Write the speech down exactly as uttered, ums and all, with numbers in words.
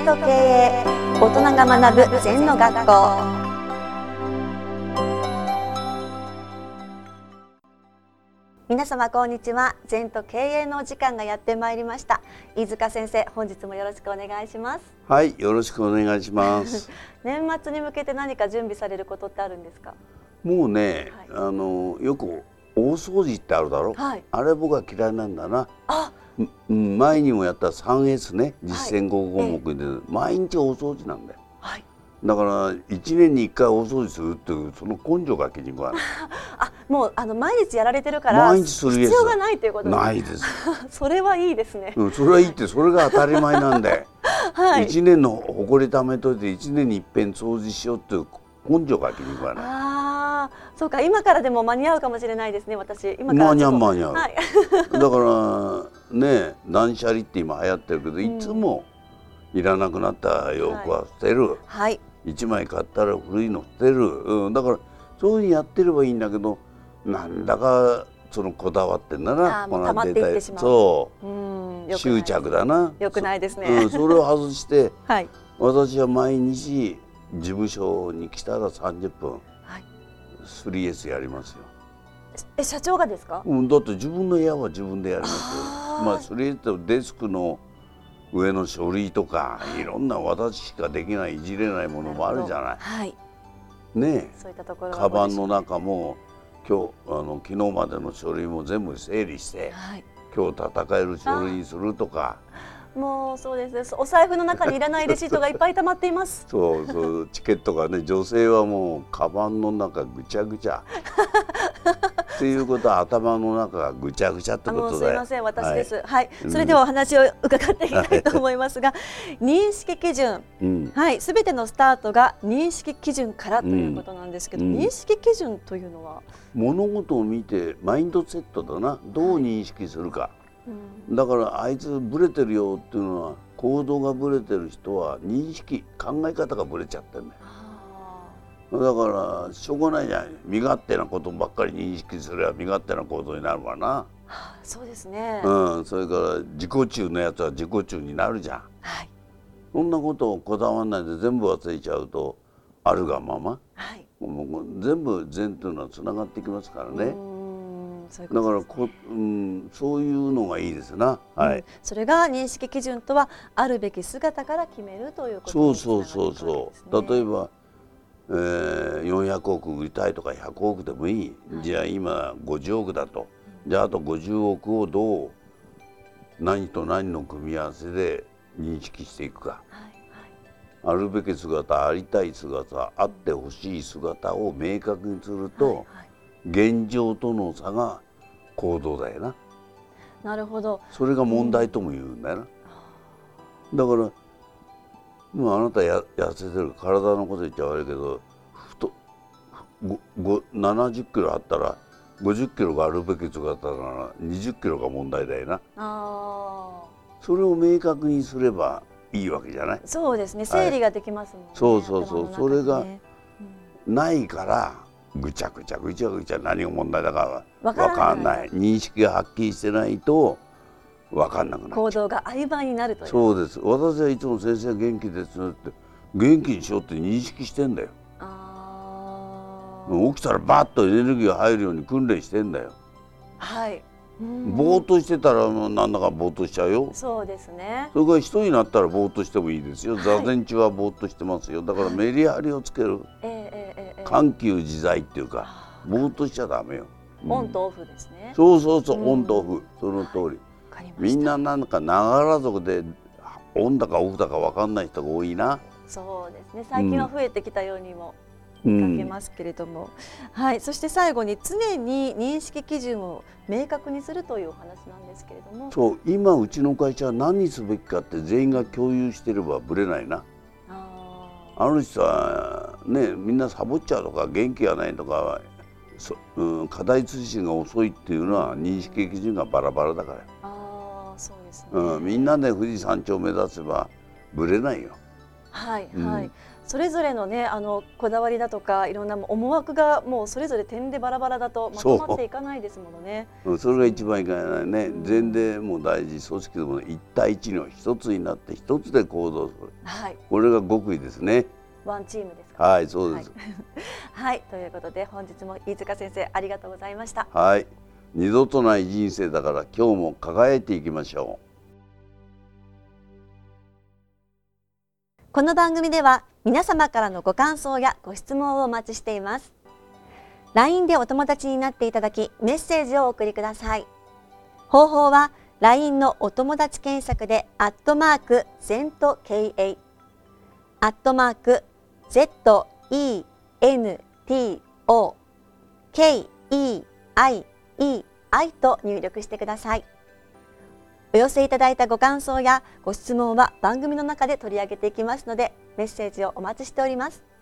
と経営、大人が学ぶ禅の学校。皆様こんにちは。禅と経営のお時間がやってまいりました。飯塚先生、本日もよろしくお願いします。 はい、よろしくお願いします年末に向けて何か準備されることってあるんですか？ もうね、 はい、 あのよく大掃除ってあるだろ、 はい、 あれ僕は嫌いなんだな。 あ、 うん、前にもやった スリーエス ね、実践ご項目で、 はい、 毎日大掃除なんだよ。 はい、 だからいちねんにいっかい大掃除するっていうその根性が気に食わないあ、もうあの毎日やられてるから毎日する必要がないということです。 ないですそれはいいですね、 うん、それはいいって、それが当たり前なんで、 はい、 いちねんの埃溜めといていちねんにいっぺん掃除しようっていう根性が気に食わない。 ああ、そうか、今からでも間に合うかもしれないですね。私今から間に合う間に合う、 はい、 だからね、断捨離って今流行ってるけど、いつもいらなくなった洋服は捨てる、 はい、 いちまい買ったら古いの捨てる、うん、だからそういうふうにやってればいいんだけど、なんだかそのこだわってんだな。 あーもう溜まっていってしまう。 そう、 うん、よくない執着だな。 よくないですね。 そ,、うん、それを外して、 はい、 私は毎日事務所に来たらさんじゅっぷん、 はい、 スリーエス やりますよ。 え、社長がですか？ うん、だって自分の部屋は自分でやりますよ。 あ、 まあスリーエスってデスクの上の書類とか、いろんな私しかできないいじれないものもあるじゃない。 はい、 ねえ、 そういったところカバンの中も今日あの昨日までの書類も全部整理して、 はい、 今日戦える書類にするとか。 もうそうですね。お財布の中にいらないレシートがいっぱい溜まっていますそうそう、チケットがね、女性はもうカバンの中ぐちゃぐちゃっていうことは頭の中がぐちゃぐちゃってことだよ。 もうすいません、私です。はい、はい、 うん、 それではお話を伺っていきたいと思いますが、認識基準、うん、はい、すべてのスタートが認識基準からということなんですけど、うん、認識基準というのは物事を見てマインドセットだな。どう認識するか、はい、うん、だからあいつブレてるよっていうのは、行動がブレてる人は認識、考え方がブレちゃってるんだよ。だからしょうがないじゃん。身勝手なことばっかり認識すれば身勝手な行動になるわな。はあ、そうですね、 うん、それから自己中のやつは自己中になるじゃん。 はい、 そんなことをこだわらないで全部忘れちゃうと、あるがまま、 はい、 もう全部善というのはつながってきますからね。 そういうことですね。だからこ、 うん、そういうのがいいですな、はい、うん、 それが認識基準とは、あるべき姿から決めるということにつながっていくわけですね。そうそうそうそう。 例えばえー、よんひゃくおく売りたいとかひゃくおくでもいい、はい、じゃあ今ごじゅうおくだと、じゃああとごじゅうおくをどう何と何の組み合わせで認識していくか、はいはい、あるべき姿、ありたい姿、あってほしい姿を明確にすると、はいはい、現状との差が行動だよな。 なるほど。 それが問題とも言うんだよな、うん、だからもうあなたや痩せてる、体のこと言っちゃ悪いけど、太ななじゅっキロあったらごじゅっキロがあるべき姿ならにじゅっキロが問題だよな。あ、それを明確にすればいいわけじゃない。 そうですね、整理ができますもんね、はい、 そうそうそう、それがないからぐちゃぐちゃぐちゃぐちゃ、何が問題だか分かんない。認識がはっきりしてないと分かんなくなる。 行動が曖昧になるという。 そうです。私はいつも先生元気ですねって元気にしようって認識してんだよ。あ、起きたらバッとエネルギーが入るように訓練してんだよ。はい。ぼーっとしてたらなんだかぼーっとしちゃうよ。そうですね。それから人になったらぼーっとしてもいいですよ。はい、座禅中はぼーっとしてますよ。だからメリハリをつける、えーえーえー、緩急自在っていうか、ぼーっとしちゃダメよ。 うん、オンとオフですね。 そうそうそう、オンとオフ、その通り。みんななんかながら族でオンだかオフだか分かんない人が多いな。そうですね、最近は増えてきたようにも見かけますけれども、うん、はい、そして最後に常に認識基準を明確にするというお話なんですけれども。そう、今うちの会社は何にすべきかって全員が共有してればぶれないな。あ, あの人はね、みんなサボっちゃうとか元気がないとか、そ、うん、課題通信が遅いっていうのは認識基準がバラバラだから。あ、そうですね、うん、みんなで富士山頂を目指せばぶれないよ。はい、うん、はい、 それぞれのねあのこだわりだとかいろんな思惑がもうそれぞれ点でバラバラだとまとまっていかないですものね。 そ, それが一番いけないね、うん、前例も大事、組織でも一対一の一つになって一つで行動する、はい、これが極意ですね。 ワンチームですか、ね、 はい、そうです。 はい、はい、ということで本日も飯塚先生ありがとうございました。 はい、二度とない人生だから今日も輝いていきましょう。 この番組では皆様からのご感想やご質問をお待ちしています。ライン でお友達になっていただきメッセージをお送りください。方法は ライン のお友達検索でアットマーク ゼント ケーエー アットマーク ゼット イー エヌ ティー オー ケー イー アイ イー アイ と入力してください。お寄せいただいたご感想やご質問は番組の中で取り上げていきますのでメッセージをお待ちしております。